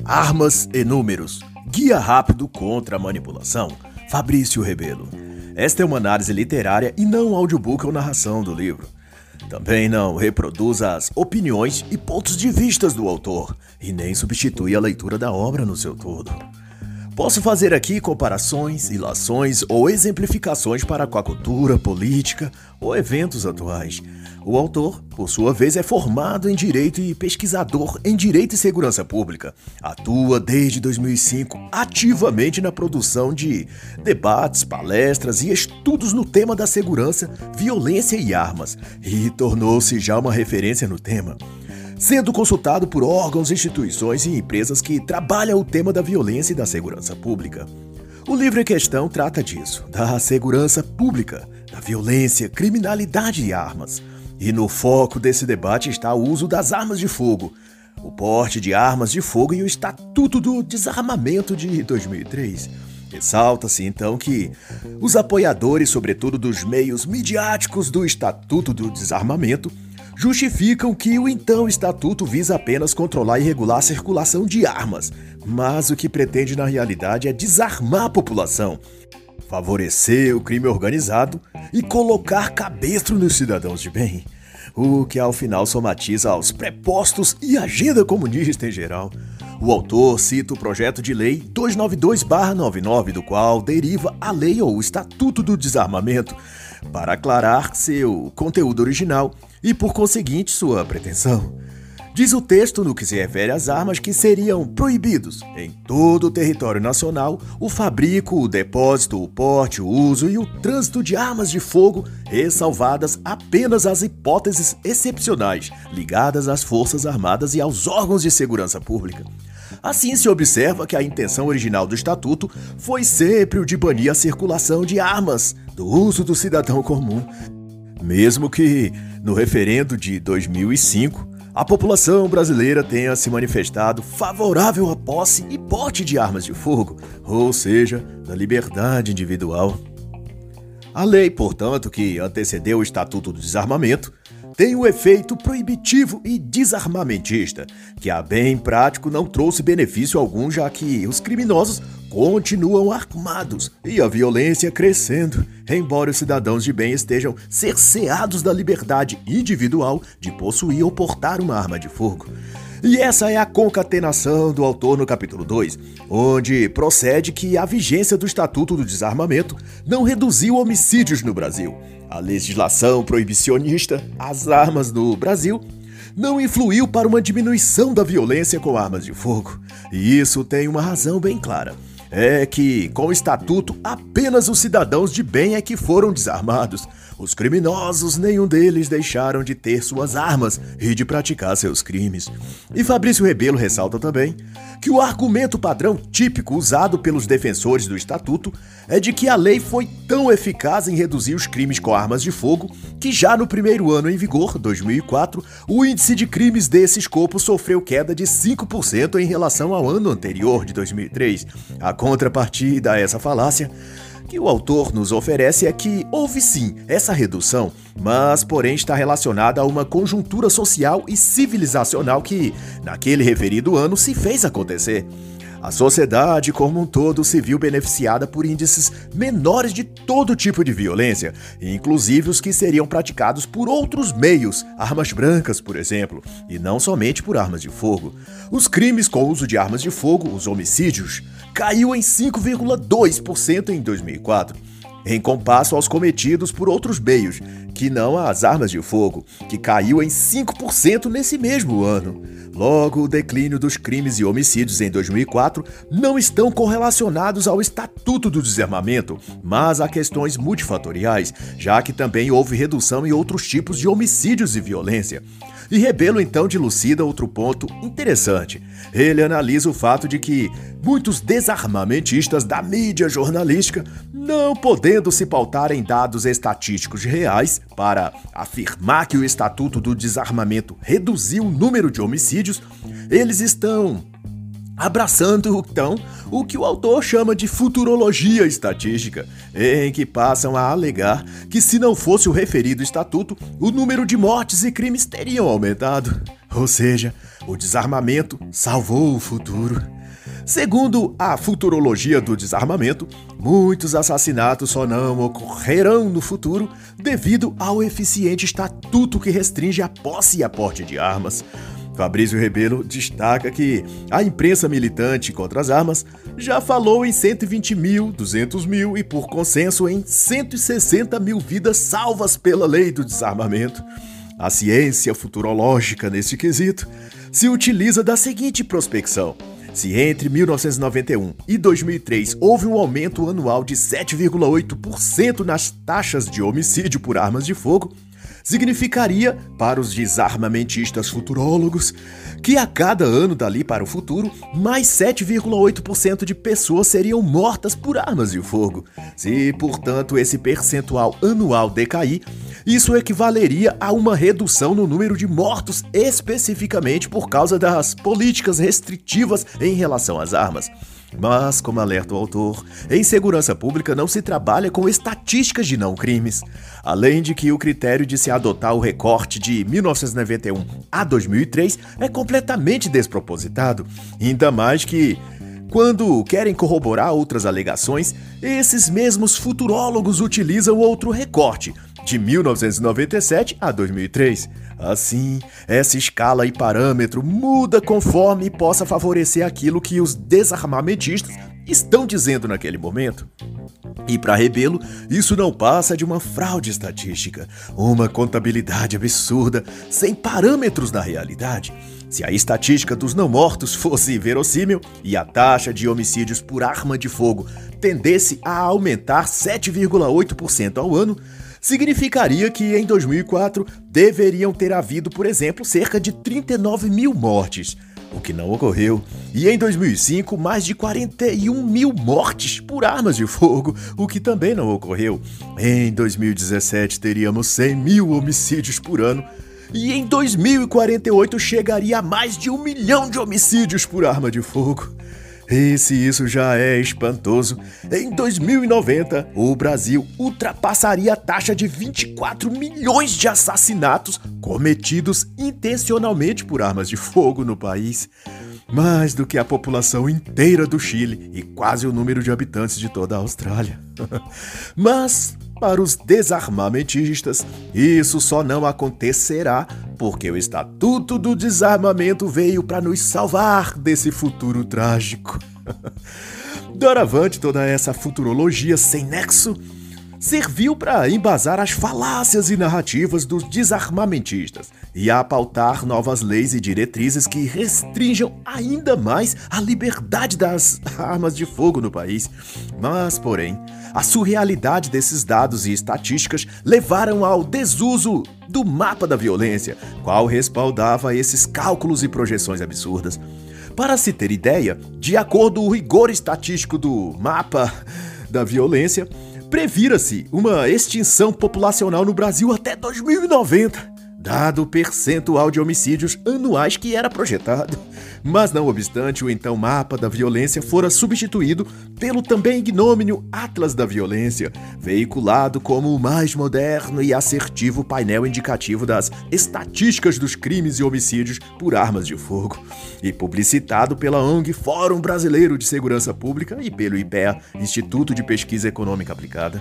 Armas e Números. Guia rápido contra a manipulação. Fabrício Rebelo. Esta é uma análise literária e não um audiobook ou narração do livro. Também não reproduz as opiniões e pontos de vista do autor e nem substitui a leitura da obra no seu todo. Posso fazer aqui comparações, ilações ou exemplificações para com a cultura, política ou eventos atuais. O autor, por sua vez, é formado em Direito e pesquisador em Direito e Segurança Pública. Atua desde 2005 ativamente na produção de debates, palestras e estudos no tema da segurança, violência e armas, e tornou-se já uma referência no tema, sendo consultado por órgãos, instituições e empresas que trabalham o tema da violência e da segurança pública. O livro em questão trata disso, da segurança pública, da violência, criminalidade e armas. E no foco desse debate está o uso das armas de fogo, o porte de armas de fogo e o Estatuto do Desarmamento de 2003. Ressalta-se, então, que os apoiadores, sobretudo dos meios midiáticos do Estatuto do Desarmamento, justificam que o então Estatuto visa apenas controlar e regular a circulação de armas, mas o que pretende na realidade é desarmar a população, favorecer o crime organizado e colocar cabestro nos cidadãos de bem, o que ao final somatiza aos prepostos e agenda comunista em geral. O autor cita o projeto de lei 292/99, do qual deriva a lei ou o Estatuto do Desarmamento, para aclarar seu conteúdo original e, por conseguinte, sua pretensão. Diz o texto, no que se refere às armas, que seriam proibidos em todo o território nacional o fabrico, o depósito, o porte, o uso e o trânsito de armas de fogo, ressalvadas apenas as hipóteses excepcionais ligadas às Forças Armadas e aos órgãos de segurança pública. Assim, se observa que a intenção original do Estatuto foi sempre o de banir a circulação de armas do uso do cidadão comum, mesmo que, no referendo de 2005, a população brasileira tenha se manifestado favorável à posse e porte de armas de fogo, ou seja, da liberdade individual. A lei, portanto, que antecedeu o Estatuto do Desarmamento, tem um efeito proibitivo e desarmamentista, que a bem prático não trouxe benefício algum, já que os criminosos continuam armados e a violência crescendo, embora os cidadãos de bem estejam cerceados da liberdade individual de possuir ou portar uma arma de fogo. E essa é a concatenação do autor no capítulo 2, onde procede que a vigência do Estatuto do Desarmamento não reduziu homicídios no Brasil. A legislação proibicionista às armas no Brasil não influiu para uma diminuição da violência com armas de fogo. E isso tem uma razão bem clara. É que, com o Estatuto, apenas os cidadãos de bem é que foram desarmados. Os criminosos, nenhum deles deixaram de ter suas armas e de praticar seus crimes. E Fabrício Rebelo ressalta também que o argumento padrão típico usado pelos defensores do Estatuto é de que a lei foi tão eficaz em reduzir os crimes com armas de fogo que já no primeiro ano em vigor, 2004, o índice de crimes desse escopo sofreu queda de 5% em relação ao ano anterior, de 2003. A contrapartida a essa falácia que o autor nos oferece é que houve sim essa redução, mas porém está relacionada a uma conjuntura social e civilizacional que, naquele referido ano, se fez acontecer. A sociedade como um todo se viu beneficiada por índices menores de todo tipo de violência, inclusive os que seriam praticados por outros meios, armas brancas, por exemplo, e não somente por armas de fogo. Os crimes com uso de armas de fogo, os homicídios, caiu em 5,2% em 2004, em compasso aos cometidos por outros meios, que não as armas de fogo, que caiu em 5% nesse mesmo ano. Logo, o declínio dos crimes e homicídios em 2004 não estão correlacionados ao Estatuto do Desarmamento, mas a questões multifatoriais, já que também houve redução em outros tipos de homicídios e violência. E Rebelo então dilucida outro ponto interessante. Ele analisa o fato de que muitos desarmamentistas da mídia jornalística, não podendo se pautar em dados estatísticos reais para afirmar que o Estatuto do Desarmamento reduziu o número de homicídios, eles estão abraçando, então, o que o autor chama de futurologia estatística, em que passam a alegar que se não fosse o referido estatuto, o número de mortes e crimes teriam aumentado. Ou seja, o desarmamento salvou o futuro. Segundo a futurologia do desarmamento, muitos assassinatos só não ocorrerão no futuro devido ao eficiente estatuto que restringe a posse e a porte de armas. Fabrício Rebelo destaca que a imprensa militante contra as armas já falou em 120 mil, 200 mil e, por consenso, em 160 mil vidas salvas pela lei do desarmamento. A ciência futurológica neste quesito se utiliza da seguinte prospecção: se entre 1991 e 2003 houve um aumento anual de 7,8% nas taxas de homicídio por armas de fogo, significaria, para os desarmamentistas futurólogos, que a cada ano dali para o futuro, mais 7,8% de pessoas seriam mortas por armas de fogo. Se, portanto, esse percentual anual decair, isso equivaleria a uma redução no número de mortos especificamente por causa das políticas restritivas em relação às armas. Mas, como alerta o autor, em segurança pública não se trabalha com estatísticas de não crimes. Além de que o critério de se adotar o recorte de 1991 a 2003 é completamente despropositado, ainda mais que, quando querem corroborar outras alegações, esses mesmos futurólogos utilizam outro recorte, de 1997 a 2003. Assim, essa escala e parâmetro muda conforme possa favorecer aquilo que os desarmamentistas estão dizendo naquele momento. E para Rebelo, isso não passa de uma fraude estatística, uma contabilidade absurda, sem parâmetros na realidade. Se a estatística dos não mortos fosse verossímil e a taxa de homicídios por arma de fogo tendesse a aumentar 7,8% ao ano, significaria que em 2004 deveriam ter havido, por exemplo, cerca de 39 mil mortes, o que não ocorreu, e em 2005 mais de 41 mil mortes por armas de fogo, o que também não ocorreu. Em 2017 teríamos 100 mil homicídios por ano, e em 2048 chegaria a mais de 1 milhão de homicídios por arma de fogo. E se isso já é espantoso, em 2090 o Brasil ultrapassaria a taxa de 24 milhões de assassinatos cometidos intencionalmente por armas de fogo no país. Mais do que a população inteira do Chile e quase o número de habitantes de toda a Austrália. Mas, para os desarmamentistas, isso só não acontecerá porque o Estatuto do Desarmamento veio para nos salvar desse futuro trágico. Doravante, toda essa futurologia sem nexo serviu para embasar as falácias e narrativas dos desarmamentistas e a pautar novas leis e diretrizes que restringam ainda mais a liberdade das armas de fogo no país. Mas, porém, a surrealidade desses dados e estatísticas levaram ao desuso do mapa da violência, qual respaldava esses cálculos e projeções absurdas. Para se ter ideia, de acordo com o rigor estatístico do mapa da violência, previra-se uma extinção populacional no Brasil até 2090, dado o percentual de homicídios anuais que era projetado. Mas não obstante, o então mapa da violência fora substituído pelo também ignômeno Atlas da Violência, veiculado como o mais moderno e assertivo painel indicativo das estatísticas dos crimes e homicídios por armas de fogo, e publicitado pela ONG Fórum Brasileiro de Segurança Pública e pelo IPEA, Instituto de Pesquisa Econômica Aplicada.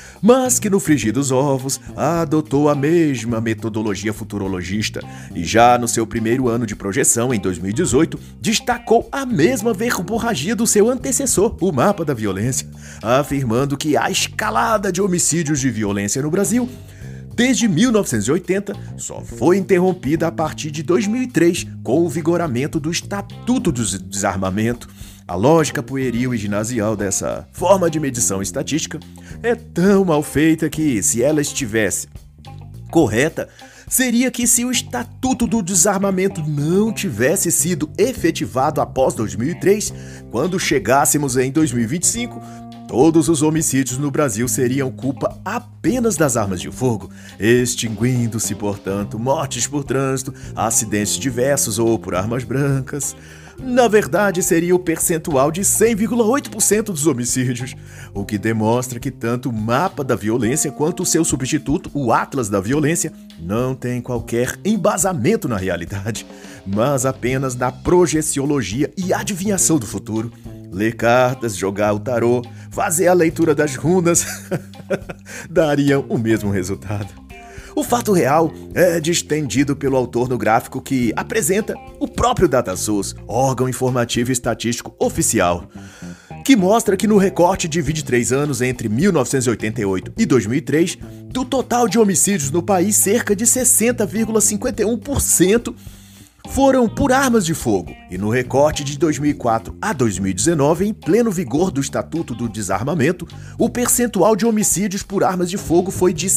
Mas que no frigir dos ovos adotou a mesma metodologia futurologista e já no seu primeiro ano de projeção, em 2018, destacou a mesma verborragia do seu antecessor, o mapa da violência, afirmando que a escalada de homicídios de violência no Brasil desde 1980 só foi interrompida a partir de 2003 com o vigoramento do Estatuto do Desarmamento. A lógica pueril e ginasial dessa forma de medição estatística é tão mal feita que, se ela estivesse correta, seria que se o Estatuto do Desarmamento não tivesse sido efetivado após 2003, quando chegássemos em 2025, todos os homicídios no Brasil seriam culpa apenas das armas de fogo, extinguindo-se, portanto, mortes por trânsito, acidentes diversos ou por armas brancas. Na verdade, seria o percentual de 100,8% dos homicídios, o que demonstra que tanto o mapa da violência quanto o seu substituto, o Atlas da Violência, não tem qualquer embasamento na realidade. mas apenas na projeciologia e adivinhação do futuro. Ler cartas, jogar o tarô, fazer a leitura das runas dariam o mesmo resultado. O fato real é distendido pelo autor no gráfico que apresenta o próprio DataSource, órgão informativo e estatístico oficial, que mostra que no recorte de 23 anos entre 1988 e 2003, do total de homicídios no país, cerca de 60,51% foram por armas de fogo, e no recorte de 2004 a 2019, em pleno vigor do Estatuto do Desarmamento, o percentual de homicídios por armas de fogo foi de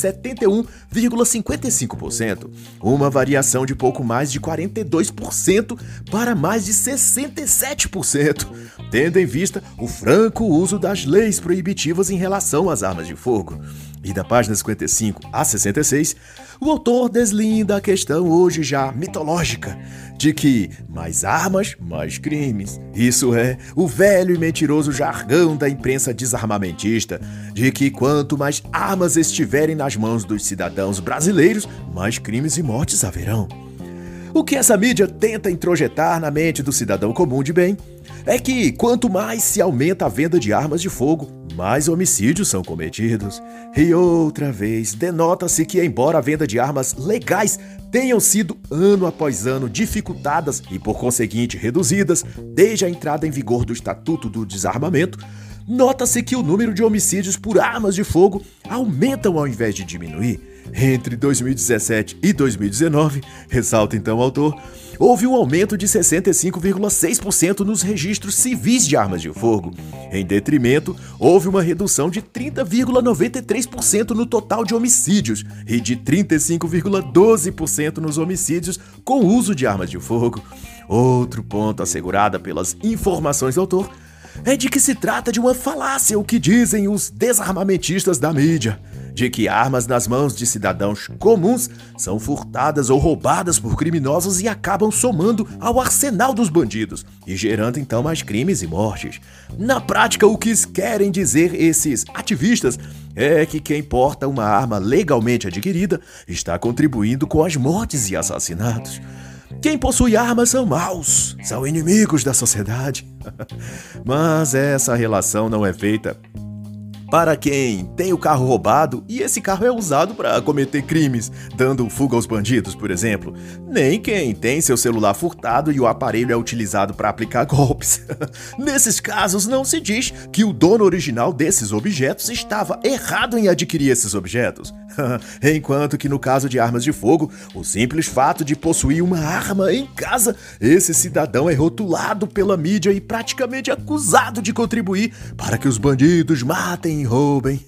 71,55%, uma variação de pouco mais de 42% para mais de 67%, tendo em vista o franco uso das leis proibitivas em relação às armas de fogo. E da página 55 a 66, o autor deslinda a questão hoje já mitológica de que mais armas, mais crimes. Isso é o velho e mentiroso jargão da imprensa desarmamentista, de que quanto mais armas estiverem nas mãos dos cidadãos brasileiros, mais crimes e mortes haverão. O que essa mídia tenta introjetar na mente do cidadão comum de bem é que quanto mais se aumenta a venda de armas de fogo, mais homicídios são cometidos. E outra vez, denota-se que, embora a venda de armas legais tenham sido ano após ano dificultadas e, por conseguinte, reduzidas desde a entrada em vigor do Estatuto do Desarmamento, nota-se que o número de homicídios por armas de fogo aumentam ao invés de diminuir. Entre 2017 e 2019, ressalta então o autor, houve um aumento de 65,6% nos registros civis de armas de fogo. Em detrimento, houve uma redução de 30,93% no total de homicídios e de 35,12% nos homicídios com uso de armas de fogo. Outro ponto assegurado pelas informações do autor é de que se trata de uma falácia o que dizem os desarmamentistas da mídia, de que armas nas mãos de cidadãos comuns são furtadas ou roubadas por criminosos e acabam somando ao arsenal dos bandidos e gerando então mais crimes e mortes. Na prática, o que querem dizer esses ativistas é que quem porta uma arma legalmente adquirida está contribuindo com as mortes e assassinatos. Quem possui armas são maus, são inimigos da sociedade. Mas essa relação não é feita para quem tem o carro roubado e esse carro é usado para cometer crimes, dando fuga aos bandidos, por exemplo. Nem quem tem seu celular furtado e o aparelho é utilizado para aplicar golpes. Nesses casos, não se diz que o dono original desses objetos estava errado em adquirir esses objetos. Enquanto que no caso de armas de fogo, o simples fato de possuir uma arma em casa, esse cidadão é rotulado pela mídia e praticamente acusado de contribuir para que os bandidos matem e roubem.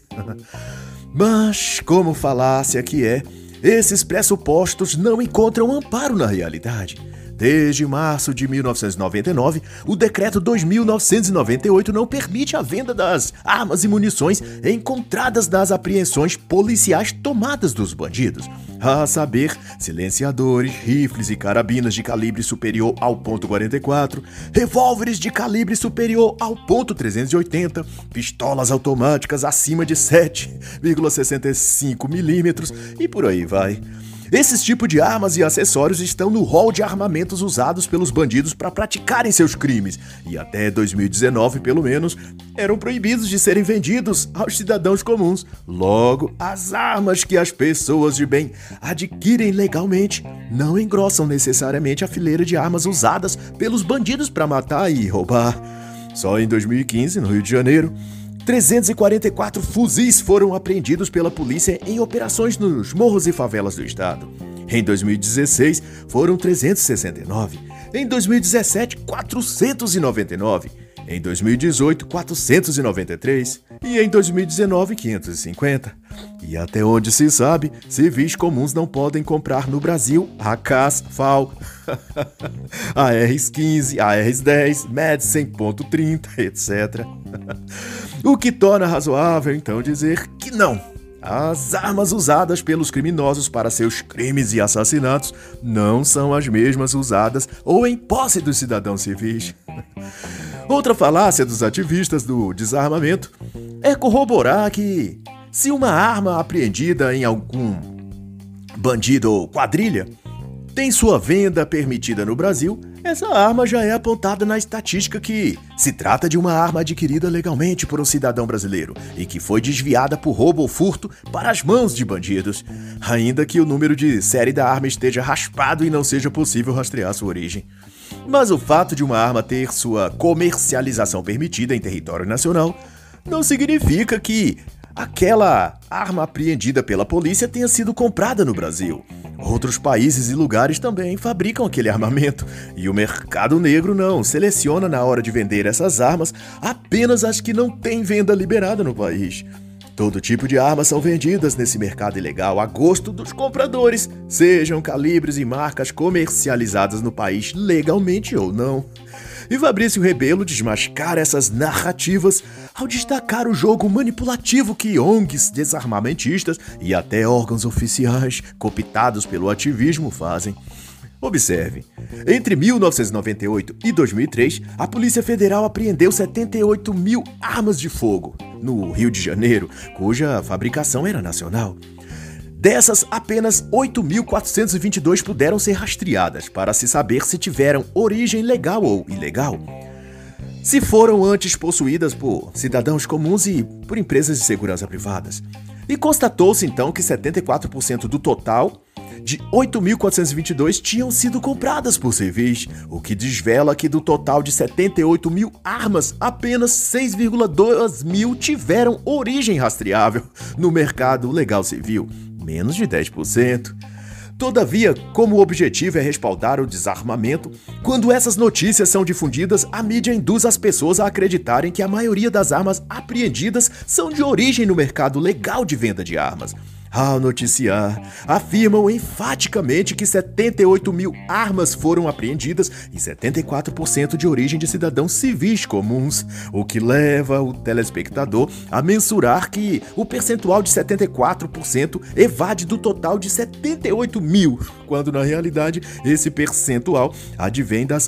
Mas, como falácia que é, esses pressupostos não encontram amparo na realidade. Desde março de 1999, o Decreto 2.998 não permite a venda das armas e munições encontradas nas apreensões policiais tomadas dos bandidos, a saber, silenciadores, rifles e carabinas de calibre superior ao .44, revólveres de calibre superior ao .380, pistolas automáticas acima de 7,65 milímetros e por aí vai. Esses tipos de armas e acessórios estão no rol de armamentos usados pelos bandidos para praticarem seus crimes e até 2019, pelo menos, eram proibidos de serem vendidos aos cidadãos comuns. Logo, as armas que as pessoas de bem adquirem legalmente não engrossam necessariamente a fileira de armas usadas pelos bandidos para matar e roubar. Só em 2015, no Rio de Janeiro, 344 fuzis foram apreendidos pela polícia em operações nos morros e favelas do estado. Em 2016, foram 369. Em 2017, 499. Em 2018, 493. E em 2019, 550. E até onde se sabe, civis comuns não podem comprar no Brasil AKs, FAL, ARs-15, ARs-10, MED 100.30, etc. O que torna razoável, então, dizer que não. As armas usadas pelos criminosos para seus crimes e assassinatos não são as mesmas usadas ou em posse dos cidadãos civis. Outra falácia dos ativistas do desarmamento é corroborar que, se uma arma apreendida em algum bandido ou quadrilha tem sua venda permitida no Brasil, essa arma já é apontada na estatística que se trata de uma arma adquirida legalmente por um cidadão brasileiro e que foi desviada por roubo ou furto para as mãos de bandidos, ainda que o número de série da arma esteja raspado e não seja possível rastrear sua origem. Mas o fato de uma arma ter sua comercialização permitida em território nacional não significa que aquela arma apreendida pela polícia tenha sido comprada no Brasil. Outros países e lugares também fabricam aquele armamento, e o mercado negro não seleciona na hora de vender essas armas apenas as que não têm venda liberada no país. Todo tipo de armas são vendidas nesse mercado ilegal a gosto dos compradores, sejam calibres e marcas comercializadas no país legalmente ou não. E Fabrício Rebelo desmascara essas narrativas ao destacar o jogo manipulativo que ONGs desarmamentistas e até órgãos oficiais cooptados pelo ativismo fazem. Observe, entre 1998 e 2003, a Polícia Federal apreendeu 78 mil armas de fogo no Rio de Janeiro, cuja fabricação era nacional. Dessas, apenas 8.422 puderam ser rastreadas para se saber se tiveram origem legal ou ilegal. Se foram antes possuídas por cidadãos comuns e por empresas de segurança privadas. E constatou-se então que 74% do total de 8.422 tinham sido compradas por civis, o que desvela que do total de 78 mil armas, apenas 6,2 mil tiveram origem rastreável no mercado legal civil. Menos de 10%. Todavia, como o objetivo é respaldar o desarmamento, quando essas notícias são difundidas, a mídia induz as pessoas a acreditarem que a maioria das armas apreendidas são de origem no mercado legal de venda de armas. Ao noticiar, afirmam enfaticamente que 78 mil armas foram apreendidas e 74% de origem de cidadãos civis comuns, o que leva o telespectador a mensurar que o percentual de 74% evade do total de 78 mil, quando na realidade esse percentual advém das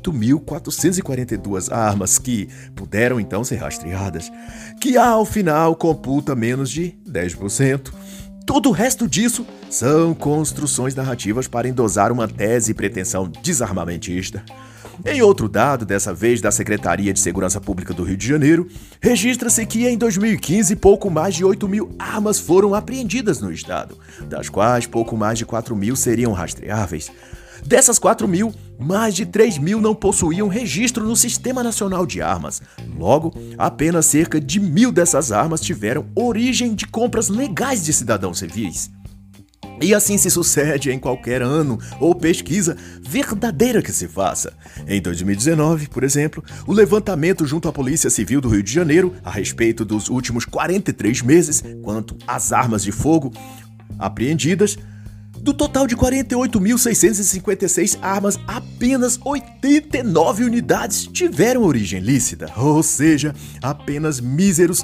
8.442 armas que puderam então ser rastreadas, que ao final computa menos de 10%. Todo o resto disso são construções narrativas para endosar uma tese e pretensão desarmamentista. Em outro dado, dessa vez da Secretaria de Segurança Pública do Rio de Janeiro, registra-se que em 2015 pouco mais de 8 mil armas foram apreendidas no estado, das quais pouco mais de 4 mil seriam rastreáveis. Dessas 4 mil, mais de 3 mil não possuíam registro no Sistema Nacional de Armas. Logo, apenas cerca de 1.000 dessas armas tiveram origem de compras legais de cidadãos civis. E assim se sucede em qualquer ano ou pesquisa verdadeira que se faça. Em 2019, por exemplo, o levantamento junto à Polícia Civil do Rio de Janeiro a respeito dos últimos 43 meses quanto às armas de fogo apreendidas, do total de 48.656 armas, apenas 89 unidades tiveram origem lícita, ou seja, apenas míseros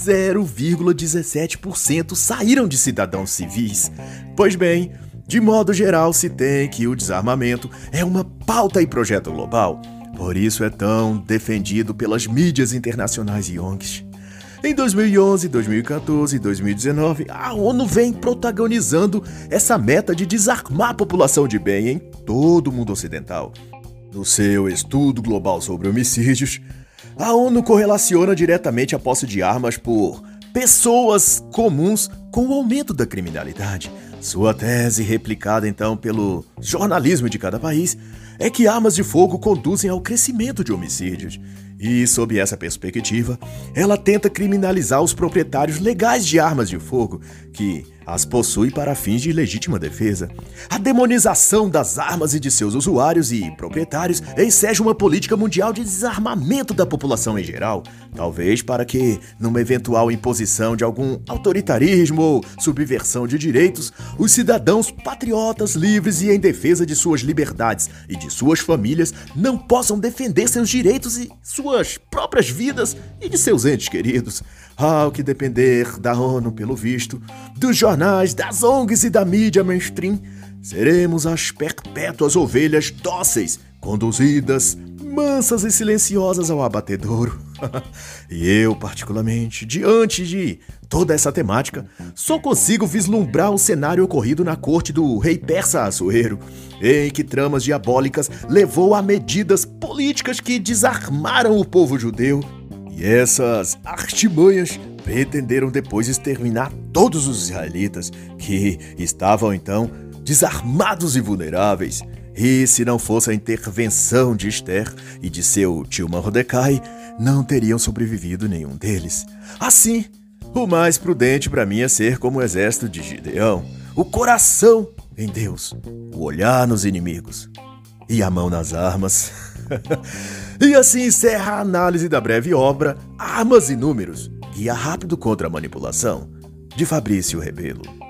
0,17% saíram de cidadãos civis. Pois bem, de modo geral, se tem que o desarmamento é uma pauta e projeto global, por isso é tão defendido pelas mídias internacionais e ONGs. Em 2011, 2014 e 2019, a ONU vem protagonizando essa meta de desarmar a população de bem em todo o mundo ocidental. No seu estudo global sobre homicídios, a ONU correlaciona diretamente a posse de armas por pessoas comuns com o aumento da criminalidade. Sua tese, replicada então pelo jornalismo de cada país, é que armas de fogo conduzem ao crescimento de homicídios. E, sob essa perspectiva, ela tenta criminalizar os proprietários legais de armas de fogo, que as possuem para fins de legítima defesa. A demonização das armas e de seus usuários e proprietários enseja uma política mundial de desarmamento da população em geral, talvez para que, numa eventual imposição de algum autoritarismo ou subversão de direitos, os cidadãos patriotas, livres e em defesa de suas liberdades e de suas famílias não possam defender seus direitos e suas próprias vidas e de seus entes queridos. Ao que depender da ONU, pelo visto, dos jornais, das ONGs e da mídia mainstream, seremos as perpétuas ovelhas dóceis, conduzidas, mansas e silenciosas ao abatedouro. E eu, particularmente, diante de toda essa temática, só consigo vislumbrar o cenário ocorrido na corte do rei persa Assuero, em que tramas diabólicas levou a medidas políticas que desarmaram o povo judeu. E essas artimanhas pretenderam depois exterminar todos os israelitas, que estavam então desarmados e vulneráveis. E se não fosse a intervenção de Esther e de seu tio Mordecai, não teriam sobrevivido nenhum deles. Assim, o mais prudente para mim é ser como o exército de Gideão, o coração em Deus, o olhar nos inimigos e a mão nas armas. E assim encerra a análise da breve obra Armas e Números, Guia Rápido contra a Manipulação, de Fabrício Rebelo.